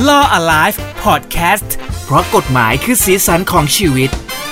Law Alive Podcast เพราะกฎหมายคือสีสันของชีวิต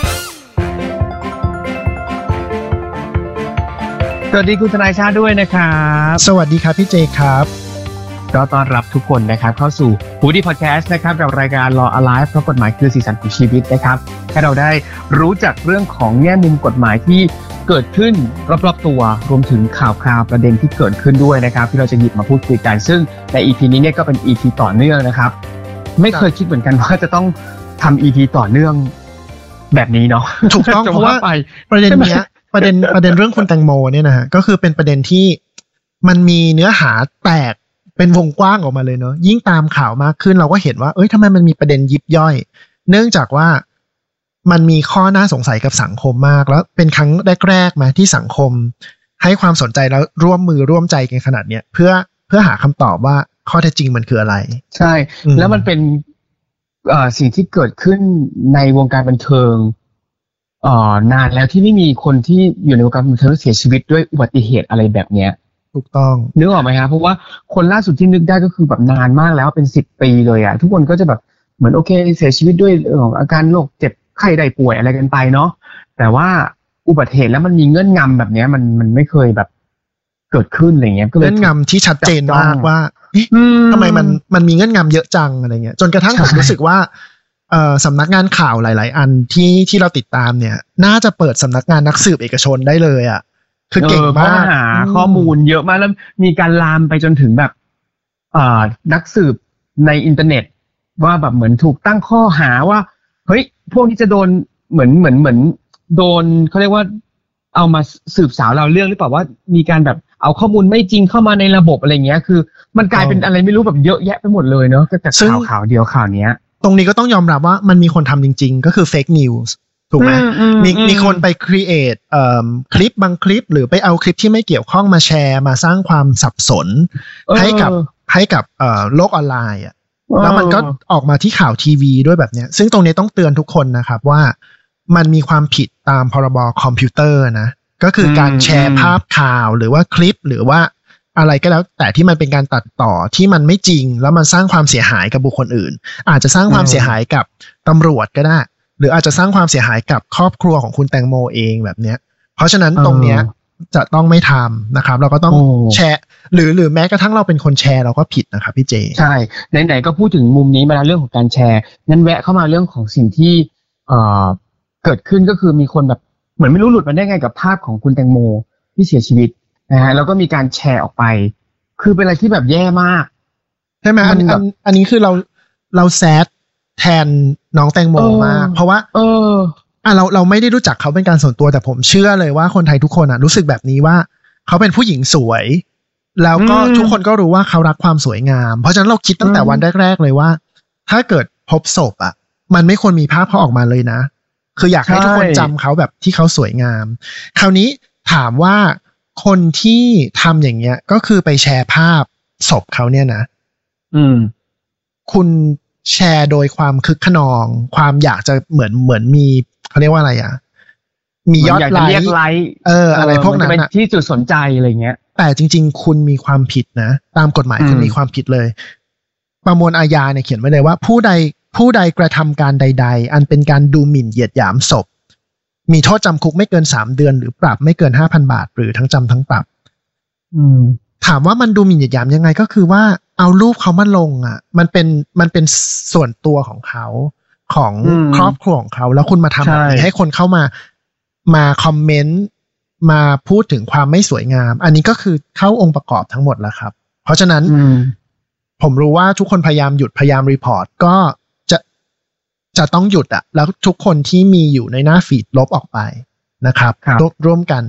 สวัสดีคุณทนายชาติด้วยนะครับสวัสดีครับพี่เจครับก็ต้อนรับทุกคนนะครับเข้าสู่ฮูดี้พอดแคสต์นะครับกับรายการ Law Alive เพราะกฎหมายคือสีสันของชีวิตนะครับให้เราได้รู้จักเรื่องของแง่มุมกฎหมายที่เกิดขึ้นรอบๆตัวรวมถึงข่าวคราวประเด็นที่เกิดขึ้นด้วยนะครับที่เราจะหยิบมาพูดคุยกันซึ่งใน EP นี้เนี่ยก็เป็น EP ต่อเนื่องนะครับไม่เคยคิดเหมือนกันว่าจะต้องทำ EP ต่อเนื่องแบบนี้เนาะถูกต้องเพราะว่าประเด็นเนี้ยประเด็นเรื่องคุณแตงโมเนี่ยนะฮะก็คือเป็นประเด็นที่มันมีเนื้อหาแตกเป็นวงกว้างออกมาเลยเนาะยิ่งตามข่าวมากขึ้นเราก็เห็นว่าทำไมมันมีประเด็นยิบย่อยเนื่องจากว่ามันมีข้อน่าสงสัยกับสังคมมากแล้วเป็นครั้งแรกๆมาที่สังคมให้ความสนใจแล้วร่วมมือร่วมใจกันขนาดเนี้ยเพื่อหาคำตอบว่าข้อเท็จจริงมันคืออะไรใช่แล้วมันเป็นสิ่งที่เกิดขึ้นในวงการบันเทิงนานแล้วที่ไม่มีคนที่อยู่ในวงการบันเทิงเสียชีวิตด้วยอุบัติเหตุอะไรแบบเนี้ยถูกต้องนึกออกไหมครับเพราะว่าคนล่าสุดที่นึกได้ก็คือแบบนานมากแล้วเป็น10 ปีเลยอ่ะทุกคนก็จะแบบเหมือนโอเคเสียชีวิตด้วยอาการโรคเจ็บไข้ได้ป่วยอะไรกันไปเนาะแต่ว่าอุบัติเหตุแล้วมันมีเงื่อนงำแบบเนี้ยมันไม่เคยแบบเกิดขึ้นอะไรเงี้ยเงื่อนงำที่ชัดเจนมากว่าทำไมมันมีเงื่อนงำเยอะจังอะไรเงี้ยจนกระทั่งผมรู้สึกว่าสำนักงานข่าวหลายๆอันที่เราติดตามเนี่ยน่าจะเปิดสำนักงานนักสืบเอกชนได้เลยอ่ะคือเก่งมากหาข้อมูลเยอะมากแล้วมีการลามไปจนถึงแบบนักสืบในอินเทอร์เน็ตว่าแบบเหมือนถูกตั้งข้อหาว่าเฮ้ยพวกนี้จะโดนเหมือนโดนเขาเรียกว่าเอามาสืบสาวเราเรื่องหรือเปล่าว่ามีการแบบเอาข้อมูลไม่จริงเข้ามาในระบบอะไรเงี้ยคือมันกลายเป็นอะไรไม่รู้แบบเยอะแยะไปหมดเลยเนาะก็จากข่าวเดียวข่าวนี้ตรงนี้ก็ต้องยอมรับว่ามันมีคนทำจริงๆก็คือ fake news ถูกไหมมีคนไป create คลิปบางคลิปหรือไปเอาคลิปที่ไม่เกี่ยวข้องมาแชร์มาสร้างความสับสนให้กับโลกออนไลน์อ่ะแล้วมันก็ออกมาที่ข่าวทีวีด้วยแบบเนี้ยซึ่งตรงนี้ต้องเตือนทุกคนนะครับว่ามันมีความผิดตามพรบคอมพิวเตอร์นะก็คือการแชร์ภาพข่าวหรือว่าคลิปหรือว่าอะไรก็แล้วแต่ที่มันเป็นการตัดต่อที่มันไม่จริงแล้วมันสร้างความเสียหายกับบุคคลอื่นอาจจะสร้างความเสียหายกับตำรวจก็ได้หรืออาจจะสร้างความเสียหายกับครอบครัวของคุณแตงโมเองแบบเนี้ยเพราะฉะนั้นตรงเนี้ยจะต้องไม่ทำนะครับเราก็ต้องแชร์หรือแม้กระทั่งเราเป็นคนแชร์เราก็ผิดนะครับพี่เจใช่ไหนๆก็พูดถึงมุมนี้มาแล้วเรื่องของการแชร์งั้นแวะเข้ามาเรื่องของสิ่งที่เกิดขึ้นก็คือมีคนแบบเหมือนไม่รู้หลุดมาได้ไงกับภาพของคุณแตงโมที่เสียชีวิตนะฮะแล้วก็มีการแชร์ออกไปคือเป็นอะไรที่แบบแย่มากใช่ไหมอันนี้คือเราแซดแทนน้องแตงโมมากเพราะว่าเราไม่ได้รู้จักเขาเป็นการส่วนตัวแต่ผมเชื่อเลยว่าคนไทยทุกคนรู้สึกแบบนี้ว่าเขาเป็นผู้หญิงสวยแล้วก็ทุกคนก็รู้ว่าเขารักความสวยงามเพราะฉะนั้นเราคิดตั้งแต่วันแรกๆเลยว่าถ้าเกิดพบศพมันไม่ควรมีภาพเขาออกมาเลยนะคืออยากให้ทุกคนจำเขาแบบที่เขาสวยงามคราวนี้ถามว่าคนที่ทำอย่างเงี้ยก็คือไปแชร์ภาพศพเขาเนี่ยนะคุณแชร์โดยความคึกขนองความอยากจะเหมือนมีเขาเรียกว่าอะไรมียอดไลค์อะไรพวกนั้นเป็นที่จุดสนใจอะไรเงี้ยแต่จริงๆคุณมีความผิดนะตามกฎหมายคุณมีความผิดเลยประมวลอาญาเนี่ยเขียนไว้เลยว่าผู้ใดกระทำการใดๆอันเป็นการดูหมิ่นเหยียดหยามศพมีโทษจำคุกไม่เกิน3 เดือนหรือปรับไม่เกิน 5,000 บาทหรือทั้งจำทั้งปรับถามว่ามันดูหมิ่นเหยียดหยามยังไงก็คือว่าเอารูปเขามาลงมันเป็นส่วนตัวของเขาของครอบครัวของเขาแล้วคุณมาทำแบบนี้ให้คนเข้ามาคอมเมนต์มาพูดถึงความไม่สวยงามอันนี้ก็คือเข้าองค์ประกอบทั้งหมดแล้วครับเพราะฉะนั้นผมรู้ว่าทุกคนพยายามหยุดพยายามรีพอร์ตก็จะต้องหยุดแล้วทุกคนที่มีอยู่ในหน้าฟีดลบออกไปนะครับร่วมกัน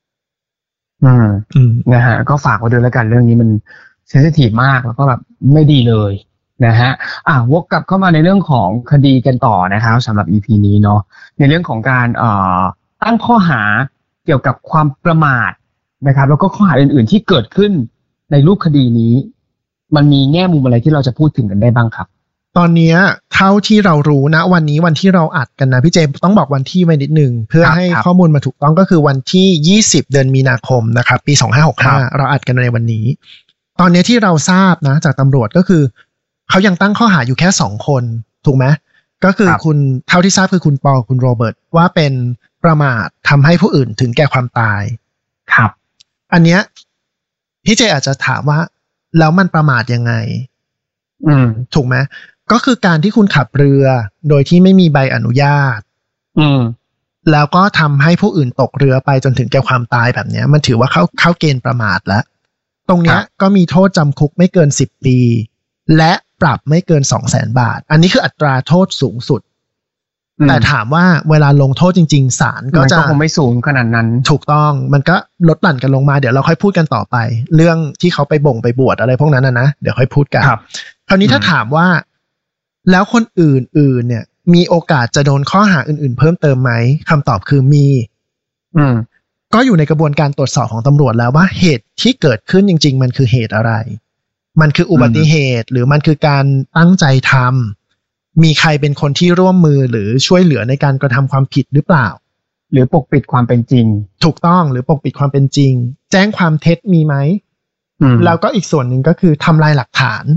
นะฮะก็ฝากไว้ด้วยแล้วกันเรื่องนี้มันเซนซิทีฟมากแล้วก็แบบไม่ดีเลยนะฮะวกกลับเข้ามาในเรื่องของคดีกันต่อนะครับสำหรับ EP นี้เนาะในเรื่องของการตั้งข้อหาเกี่ยวกับความประมาทนะครับแล้วก็ข้อหาอื่นๆที่เกิดขึ้นในรูปคดีนี้มันมีแง่มุมอะไรที่เราจะพูดถึงกันได้บ้างครับตอนนี้เท่าที่เรารู้นะวันนี้วันที่เราอัดกันนะพี่เจต้องบอกวันที่ไว้นิดนึงเพื่อให้ข้อมูลมาถูกต้องก็คือวันที่20เดือนมีนาคมนะครับปี2565เราอัดกันในวันนี้ตอนนี้ที่เราทราบนะจากตำรวจก็คือเขายังตั้งข้อหาอยู่แค่2คนถูกไหมก็คือคุณเท่าที่ทราบคือคุณปอคุณโรเบิร์ตว่าเป็นประมาททำให้ผู้อื่นถึงแก่ความตายครับอันเนี้ยพี่เจอาจจะถามว่าแล้วมันประมาทยังไงถูกไหมก็คือการที่คุณขับเรือโดยที่ไม่มีใบอนุญาตแล้วก็ทำให้ผู้อื่นตกเรือไปจนถึงแก่ความตายแบบนี้มันถือว่าเข้าเกณฑ์ประมาทแล้วตรงเนี้ยก็มีโทษจำคุกไม่เกิน10 ปีและปรับไม่เกิน 200,000 บาทอันนี้คืออัตราโทษสูงสุดแต่ถามว่าเวลาลงโทษจริงๆศาลก็จะคงไม่สูงขนาดนั้นถูกต้องมันก็ลดหลั่นกันลงมาเดี๋ยวเราค่อยพูดกันต่อไปเรื่องที่เขาไปบวชอะไรพวกนั้นนะเดี๋ยวค่อยพูดกันคราวนี้ถ้าถามว่าแล้วคนอื่นเนี่ยมีโอกาสจะโดนข้อหาอื่นๆเพิ่มเติมไหมคำตอบคือมีก็อยู่ในกระบวนการตรวจสอบของตำรวจแล้วว่าเหตุที่เกิดขึ้นจริงๆมันคือเหตุอะไรมันคืออุบัติเหตุหรือมันคือการตั้งใจทำมีใครเป็นคนที่ร่วมมือหรือช่วยเหลือในการกระทำความผิดหรือเปล่าหรือปกปิดความเป็นจริงถูกต้องหรือปกปิดความเป็นจริงแจ้งความเท็จมีไหมแล้วก็อีกส่วนหนึ่งก็คือทำลายหลักฐาน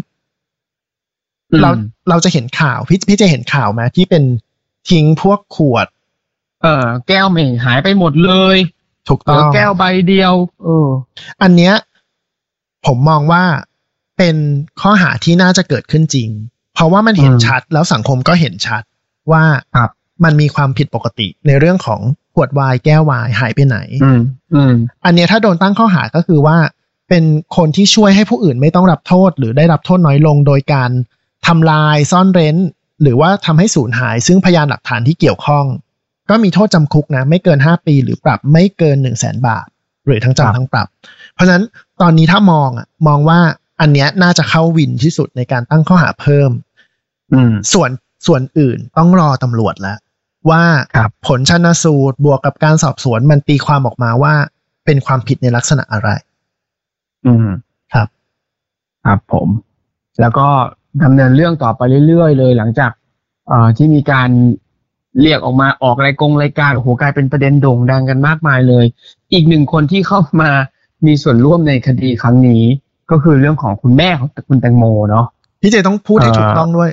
เราจะเห็นข่าวพี่จะเห็นข่าวไหมที่เป็นทิ้งพวกขวดแก้วเหม่งหายไปหมดเลยถูกต้องแก้วใบเดียวอันเนี้ยผมมองว่าเป็นข้อหาที่น่าจะเกิดขึ้นจริงเพราะว่ามันเห็นชัดแล้วสังคมก็เห็นชัดว่ามันมีความผิดปกติในเรื่องของขวดไวน์แก้วไวน์หายไปไหนอันเนี้ยถ้าโดนตั้งข้อหาก็คือว่าเป็นคนที่ช่วยให้ผู้อื่นไม่ต้องรับโทษหรือได้รับโทษน้อยลงโดยการทำลายซ่อนเร้นหรือว่าทำให้สูญหายซึ่งพยานหลักฐานที่เกี่ยวข้องก็มีโทษจำคุกนะไม่เกิน5 ปีหรือปรับไม่เกิน 100,000 บาทหรือทั้งจำทั้งปรับเพราะฉะนั้นตอนนี้ถ้ามองว่าอันเนี้ยน่าจะเข้าวินที่สุดในการตั้งข้อหาเพิ่มส่วนอื่นต้องรอตำรวจแล้วว่าผลชันสูตรบวกกับการสอบสวนมันตีความออกมาว่าเป็นความผิดในลักษณะอะไรครับผมแล้วก็ดำเนินเรื่องต่อไปเรื่อยๆเลยหลังจากที่มีการเรียกออกมาออกรายการโอ้โหกลายเป็นประเด็นโด่งดังกันมากมายเลยอีกหนึ่งคนที่เข้ามามีส่วนร่วมในคดีครั้งนี้ก็คือเรื่องของคุณแม่ของคุณแตงโมเนาะพี่เจต้องพูดให้ถูกต้องด้วย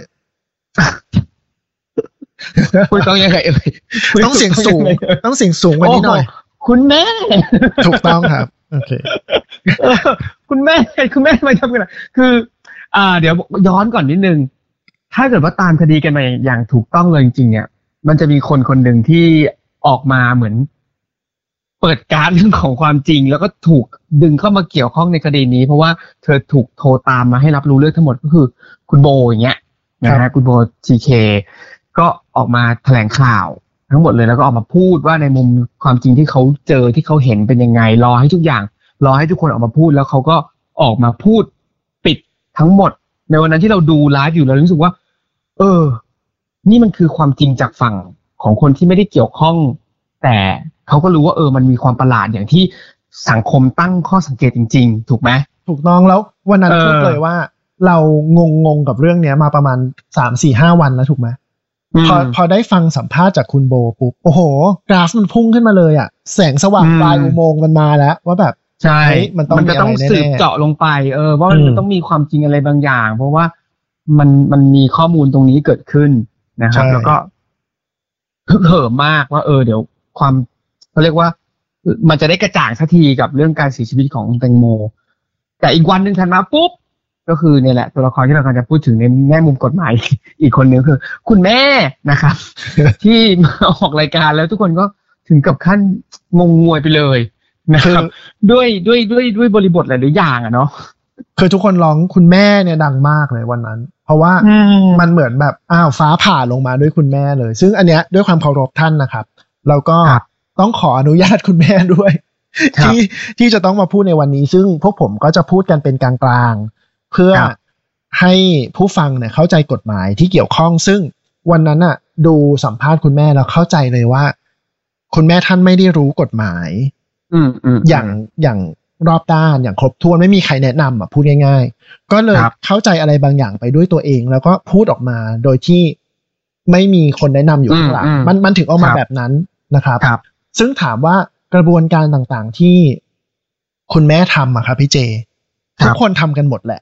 พูดต้องยังไงต้องเสียงสูงต้องเสียงสูงกว่านี้หน่อยคุณแม่ถูกต้องครับโอเคคุณแม่มาทำกันคือเดี๋ยวย้อนก่อนนิดนึงถ้าเกิดว่าตามคดีกันมาอย่างถูกต้องเลยจริงๆเนี่ยมันจะมีคนหนึ่งที่ออกมาเหมือนเปิดการเรื่องของความจริงแล้วก็ถูกดึงเข้ามาเกี่ยวข้องในคดีนี้เพราะว่าเธอถูกโทรตามมาให้รับรู้เรื่องทั้งหมดก็คือคุณโบอย่างเงี้ยนะฮะคุณโบทีเคก็ออกมาแถลงข่าวทั้งหมดเลยแล้วก็ออกมาพูดว่าในมุมความจริงที่เขาเจอที่เขาเห็นเป็นยังไงรอให้ทุกคนออกมาพูดแล้วเขาก็ออกมาพูดปิดทั้งหมดในวันนั้นที่เราดูไลฟ์อยู่เรารู้สึกว่านี่มันคือความจริงจากฝั่งของคนที่ไม่ได้เกี่ยวข้องแต่เขาก็รู้ว่ามันมีความประหลาดอย่างที่สังคมตั้งข้อสังเกตจริงๆถูกไหมถูกต้องแล้ววันนั้นพูดเลยว่าเรางงกับเรื่องนี้มาประมาณ 3-4-5 วันแล้วถูกไหมพอได้ฟังสัมภาษณ์จากคุณโบปุ๊บโอ้โหกราฟมันพุ่งขึ้นมาเลยอ่ะแสงสว่างปลายอุโมงค์มันมาแล้วว่าแบบใช่มันจะต้องสืบเจาะลงไปว่ามันต้องมีความจริงอะไรบางอย่างเพราะว่ามันมีข้อมูลตรงนี้เกิดขึ้นนะครับแล้วก็ฮึกเหิมมากว่าเดี๋ยวความเขาเรียกว่ามันจะได้กระจ่างสักทีกับเรื่องการเสียชีวิตของแตงโมแต่อีกวันนึงถัดมาปุ๊บก็คือเนี่ยแหละตัวละครที่เรากำลังจะพูดถึงในแง่มุมกฎหมายอีกคนนึงคือคุณแม่นะครับ ที่มาออกรายการแล้วทุกคนก็ถึงกับขั้นงงงวยไปเลยนะครับด้วยบริบทหลายๆอย่างเนาะคือทุกคนร้องคุณแม่เนี่ยดังมากเลยวันนั้นเพราะว่ามันเหมือนแบบฟ้าผ่าลงมาด้วยคุณแม่เลยซึ่งอันเนี้ยด้วยความเคารพท่านนะครับเราก็ต้องขออนุญาตคุณแม่ด้วยที่จะต้องมาพูดในวันนี้ซึ่งพวกผมก็จะพูดกันเป็นกลางๆเพื่อให้ผู้ฟังเนี่ยเข้าใจกฎหมายที่เกี่ยวข้องซึ่งวันนั้นน่ะดูสัมภาษณ์คุณแม่แล้วเข้าใจเลยว่าคุณแม่ท่านไม่ได้รู้กฎหมายอย่างรอบด้านอย่างครบถ้วนไม่มีใครแนะนำพูดง่ายๆก็เลยเข้าใจอะไรบางอย่างไปด้วยตัวเองแล้วก็พูดออกมาโดยที่ไม่มีคนแนะนำอยู่ข้างหลังมันถึงออกมาแบบนั้นนะครับซึ่งถามว่ากระบวนการต่างๆที่คุณแม่ทำครับพี่เจทุกคนทำกันหมดแหละ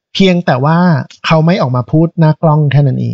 เพียงแต่ว่าเขาไม่ออกมาพูดหน้ากล้องแค่นั้นเอง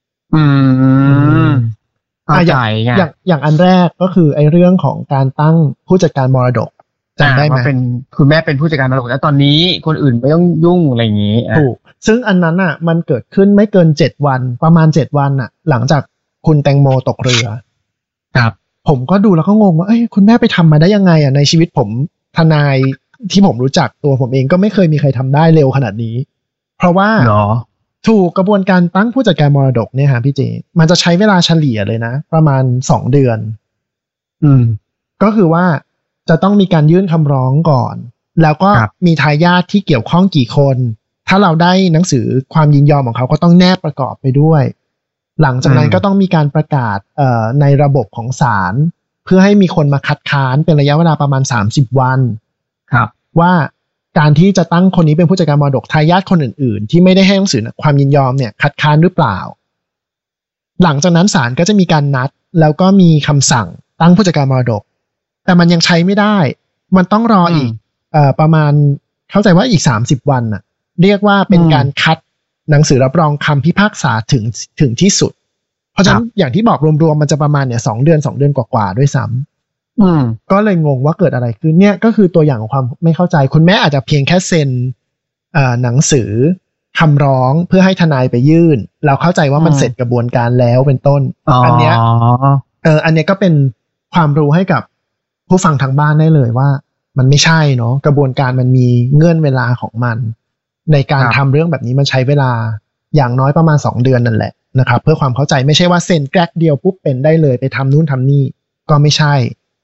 อย่างอันแรกก็คือไอ้เรื่องของการตั้งผู้จัดการมรดกจำได้ไหมเป็นคุณแม่เป็นผู้จัดการมรดกแล้วตอนนี้คนอื่นไม่ต้องยุ่งอะไรอย่างนี้ถูกซึ่งอันนั้นอ่ะมันเกิดขึ้นไม่เกิน7 วันประมาณ7 วันอ่ะหลังจากคุณแตงโมตกเรือครับผมก็ดูแล้วก็งงว่าเอ้ยคุณแม่ไปทำมาได้ยังไงอ่ะในชีวิตผมทนายที่ผมรู้จักตัวผมเองก็ไม่เคยมีใครทำได้เร็วขนาดนี้เพราะว่าถูกกระบวนการตั้งผู้จัดการมรดกเนี่ยฮะพี่เจมันจะใช้เวลาเฉลี่ยเลยนะประมาณ2 เดือนก็คือว่าจะต้องมีการยื่นคำร้องก่อนแล้วก็มีทายาทที่เกี่ยวข้องกี่คนถ้าเราได้หนังสือความยินยอมของเขาก็ต้องแนบประกอบไปด้วยหลังจากนั้นก็ต้องมีการประกาศในระบบของศาลเพื่อให้มีคนมาคัดค้านเป็นระยะเวลาประมาณ30 วันครับว่าการที่จะตั้งคนนี้เป็นผู้จัดการมรดกทายาทคนอื่นๆที่ไม่ได้ให้หนังสือความยินยอมเนี่ยคัดค้านหรือเปล่าหลังจากนั้นศาลก็จะมีการนัดแล้วก็มีคำสั่งตั้งผู้จัดการมรดกแต่มันยังใช้ไม่ได้มันต้องรออีกประมาณเข้าใจว่าอีก30 วันน่ะเรียกว่าเป็นการคัดหนังสือรับรองคำพิพากษาถึงที่สุดเพราะฉะนั้นอย่างที่บอกรวมๆมันจะประมาณเนี่ย2 เดือนกว่าๆด้วยซ้ำก็เลยงงว่าเกิดอะไรขึ้นเนี่ยก็คือตัวอย่างของความไม่เข้าใจคุณแม่อาจจะเพียงแค่เซ็นหนังสือคำร้องเพื่อให้ทนายไปยื่นเราเข้าใจว่ามันเสร็จกระบวนการแล้วเป็นต้นอันเนี้ยอันเนี้ยก็เป็นความรู้ให้กับผู้ฟังทางบ้านได้เลยว่ามันไม่ใช่เนาะกระบวนการมันมีเงื่อนเวลาของมันในการทำเรื่องแบบนี้มันใช้เวลาอย่างน้อยประมาณ2 เดือนนั่นแหละนะครับเพื่อความเข้าใจไม่ใช่ว่าเซ็นแกรกเดียวปุ๊บเป็นได้เลยไปทำนู่นทำนี่ก็ไม่ใช่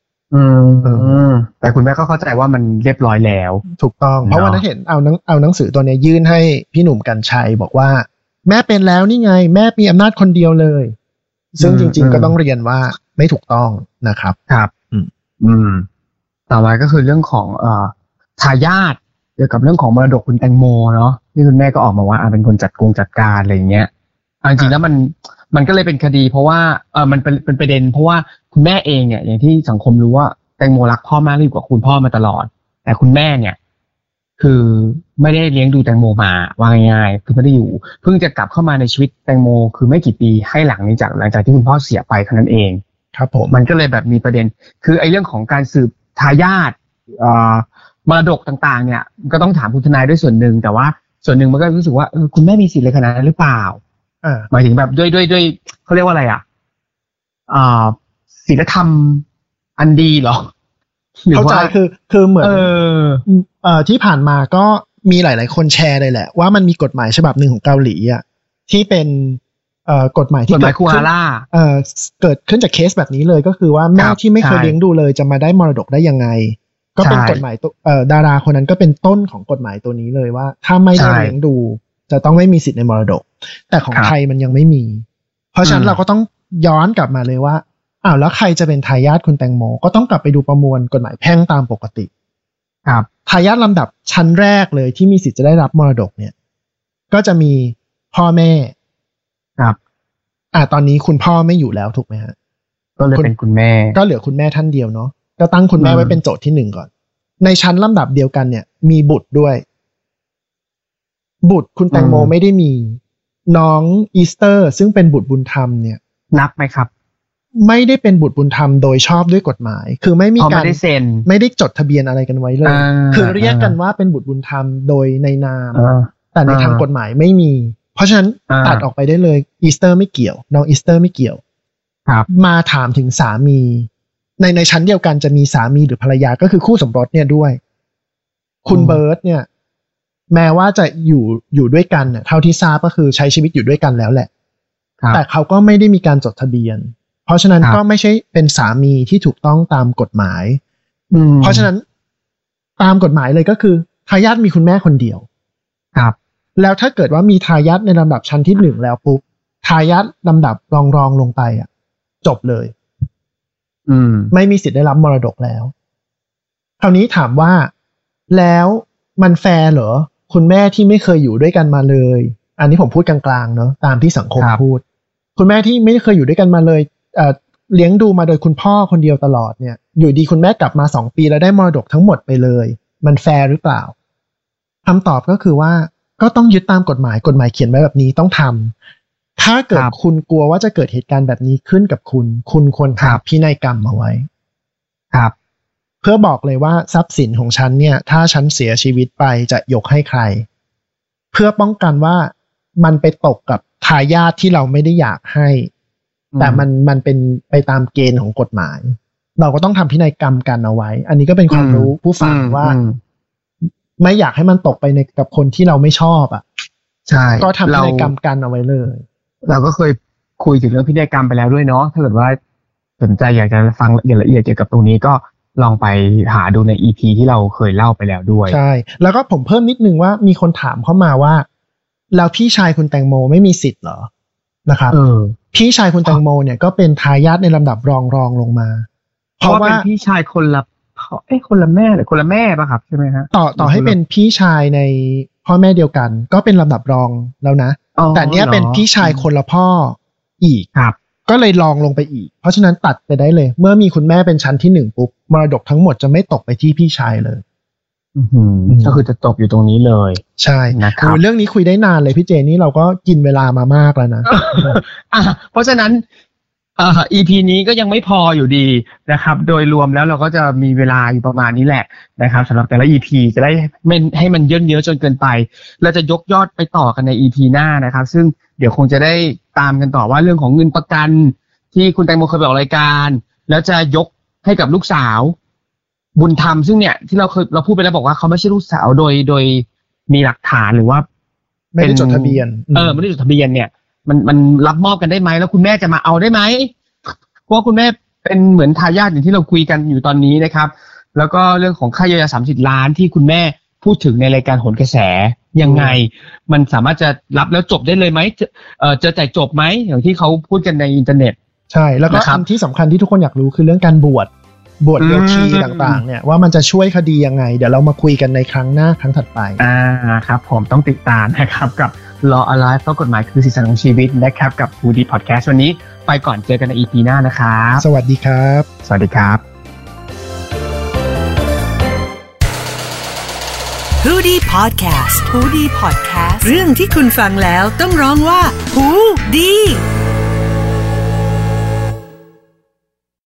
แต่คุณแม่ก็เข้าใจว่ามันเรียบร้อยแล้วถูกต้องเพราะว่านั้นเห็นเอาหนังสือตัวนี้ยื่นให้พี่หนุ่มกรรชัยบอกว่าแม่เป็นแล้วนี่ไงแม่มีอำนาจคนเดียวเลยซึ่งจริงๆก็ต้องเรียนว่าไม่ถูกต้องนะครับครับต่อมาก็คือเรื่องของทายาทเกี่ยวกับเรื่องของมรดกคุณแตงโมเนาะที่คุณแม่ก็ออกมาว่าเป็นคนจัดการอะไรอย่างเงี้ยจริงๆแล้วมันก็เลยเป็นคดีเพราะว่ามันเป็นประเด็นเพราะว่าคุณแม่เองเนี่ยอย่างที่สังคมรู้ว่าแตงโมรักพ่อมากยิ่งกว่าคุณพ่อมาตลอดแต่คุณแม่เนี่ยคือไม่ได้เลี้ยงดูแตงโมมาว่าง่ายๆคือไม่ได้อยู่เพิ่งจะกลับเข้ามาในชีวิตแตงโมคือไม่กี่ปีให้หลังจากที่คุณพ่อเสียไปเท่านั้นเองครับผมมันก็เลยแบบมีประเด็นคือไอ้เรื่องของการสืบทายาทมรดกต่างๆเนี่ยก็ต้องถามคุณทนายด้วยส่วนหนึ่งแต่ว่าส่วนหนึ่งมันก็รู้สึกว่าคุณแม่มีสิทธิ์เลยขนาดนั้นหรือเปล่าหมายถึงแบบด้วยเขาเรียกว่าอะไรศีลธรรมอันดีเหรอเข้าใจคือเหมือนที่ผ่านมาก็มีหลายๆคนแชร์เลยแหละว่ามันมีกฎหมายฉบับหนึ่งของเกาหลีอ่ะที่เป็นกฎหมายที่เกิดขึ้นเกิดขึ้นจากเคสแบบนี้เลยก็คือว่าแม่ที่ไม่เคยเลี้ยงดูเลยจะมาได้มรดกได้ยังไงก็เป็นกฎหมายดาราคนนั้นก็เป็นต้นของกฎหมายตัวนี้เลยว่าถ้าไม่ได้เลี้ยงดูจะต้องไม่มีสิทธิ์ในมรดกแต่ของไทยมันยังไม่มีเพราะฉะนั้นเราก็ต้องย้อนกลับมาเลยว่าแล้วใครจะเป็นทายาทคุณแตงโมก็ต้องกลับไปดูประมวลกฎหมายแพ่งตามปกติครับทายาทลำดับชั้นแรกเลยที่มีสิทธิ์จะได้รับมรดกเนี่ยก็จะมีพ่อแม่ครับตอนนี้คุณพ่อไม่อยู่แล้วถูกไหมฮะก็เลยเป็นคุณแม่ก็เหลือคุณแม่ท่านเดียวเนาะก็ตั้งคุณแม่ไว้เป็นโจทย์ที่1ก่อนในชั้นลำดับเดียวกันเนี่ยมีบุตรด้วยบุตรคุณแตงโมไม่ได้มีน้องอีสเตอร์ซึ่งเป็นบุตรบุญธรรมเนี่ยนับไหมครับไม่ได้เป็นบุตรบุญธรรมโดยชอบด้วยกฎหมายคือไม่มีการไม่ได้จดทะเบียนอะไรกันไว้เลยคือเรียกกันว่าเป็นบุตรบุญธรรมโดยในนามแต่ในทางกฎหมายไม่มีเพราะฉะนั้นตัดออกไปได้เลยอีสเตอร์ไม่เกี่ยวน้องอีสเตอร์ไม่เกี่ยวมาถามถึงสามีในชั้นเดียวกันจะมีสามีหรือภรรยาก็คือคู่สมรสเนี่ยด้วยคุณเบิร์ตเนี่ยแม้ว่าจะอยู่ด้วยกันเนี่ยเท่าที่ทราบก็คือใช้ชีวิตอยู่ด้วยกันแล้วแหละแต่เขาก็ไม่ได้มีการจดทะเบียนเพราะฉะนั้นก็ไม่ใช่เป็นสามีที่ถูกต้องตามกฎหมายเพราะฉะนั้นตามกฎหมายเลยก็คือทายาทมีคุณแม่คนเดียวครับแล้วถ้าเกิดว่ามีทายาทในลำดับชั้นที่1แล้วปุ๊บทายาทลำดับรองลงไปจบเลยไม่มีสิทธิ์ได้รับมรดกแล้วคราวนี้ถามว่าแล้วมันแฟร์เหรอคุณแม่ที่ไม่เคยอยู่ด้วยกันมาเลยอันนี้ผมพูดกลางๆเนาะตามที่สังคมพูดคุณแม่ที่ไม่เคยอยู่ด้วยกันมาเลยเลี้ยงดูมาโดยคุณพ่อคนเดียวตลอดเนี่ยอยู่ดีคุณแม่กลับมา2 ปีแล้วได้มรดกทั้งหมดไปเลยมันแฟร์หรือเปล่าคำตอบก็คือว่าก็ต้องยึดตามกฎหมายเขียนไว้แบบนี้ต้องทำถ้าเกิดคุณกลัวว่าจะเกิดเหตุการณ์แบบนี้ขึ้นกับคุณควรทำพินัยกรรมเอาไว้ครับเพื่อบอกเลยว่าทรัพย์สินของฉันเนี่ยถ้าฉันเสียชีวิตไปจะยกให้ใครเพื่อป้องกันว่ามันไปตกกับทายาทที่เราไม่ได้อยากให้แต่มันเป็นไปตามเกณฑ์ของกฎหมายเราก็ต้องทำพินัยกรรมกันเอาไว้อันนี้ก็เป็นความรู้ผู้ฟังว่าไม่อยากให้มันตกไปในกับคนที่เราไม่ชอบอ่ะใช่ก็ทำพินัยกรรมกันเอาไว้เลยเราก็เคยคุยถึงเรื่องพินัยกรรมไปแล้วด้วยเนาะถ้าเกิดว่าสนใจอยากจะฟังอย่างละเอียดเกี่ยวกับตรงนี้ก็ลองไปหาดูใน EP ที่เราเคยเล่าไปแล้วด้วยใช่แล้วก็ผมเพิ่มนิดนึงว่ามีคนถามเข้ามาว่าแล้วพี่ชายคุณแตงโมไม่มีสิทธิ์เหรอนะครับพี่ชายคุณแตงโมเนี่ยก็เป็นทายาทในลำดับรองลงมาเพราะว่าเป็นพี่ชายคนละแม่หรือคนละแม่ป่ะครับใช่ไหมฮะต่อให้เป็นพี่ชายในพ่อแม่เดียวกันก็เป็นลำดับรองแล้วนะแต่เนี้ยเป็นพี่ชายคนละพ่ออีกครับก็เลยรองลงไปอีกเพราะฉะนั้นตัดไปได้เลยเมื่อมีคุณแม่เป็นชั้นที่1ปุ๊บมรดกทั้งหมดจะไม่ตกไปที่พี่ชายเลยก็คือจะตกอยู่ตรงนี้เลยใช่นะครับเรื่องนี้คุยได้นานเลยพี่เจนี่เราก็กินเวลามามากแล้วนะเพราะฉะนั้นEP นี้ก็ยังไม่พออยู่ดีนะครับโดยรวมแล้วเราก็จะมีเวลาอยู่ประมาณนี้แหละนะครับสำหรับแต่ละ EP จะได้ไม่ให้มันเยอะจนเกินไปเราจะยกยอดไปต่อกันใน EP หน้านะครับซึ่งเดี๋ยวคงจะได้ตามกันต่อว่าเรื่องของเงินประกันที่คุณแตงโมเคยไปออกรายการแล้วจะยกให้กับลูกสาวบุญธรรมซึ่งเนี่ยที่เราพูดไปแล้วบอกว่าเขาไม่ใช่ลูกสาวโดยมีหลักฐานหรือว่าไม่ได้จดทะเบียนไม่ได้จดทะเบียนเนี่ยมันรับมอบกันได้ไหมแล้วคุณแม่จะมาเอาได้ไหมเพราะว่าคุณแม่เป็นเหมือนทายาทอย่างที่เราคุยกันอยู่ตอนนี้นะครับแล้วก็เรื่องของค่าเยียวยา30 ล้านที่คุณแม่พูดถึงในรายการโหนกระแสยังไงมันสามารถจะรับแล้วจบได้เลยไหมจะจ่ายจบไหมอย่างที่เขาพูดกันในอินเทอร์เน็ตใช่แล้วก็อันที่สำคัญที่ทุกคนอยากรู้คือเรื่องการบวชโยคีต่างๆเนี่ยว่ามันจะช่วยคดียังไงเดี๋ยวเรามาคุยกันในครั้งหน้าครั้งถัดไปครับผมต้องติดตามนะครับกับ Law Alive เพราะกฎหมายคือสีสันของชีวิตนะครับกับ Woody Podcast วันนี้ไปก่อนเจอกันใน EP หน้านะครับสวัสดีครับสวัสดีครับ Woody Podcast เรื่องที่คุณฟังแล้วต้องร้องว่าหูดี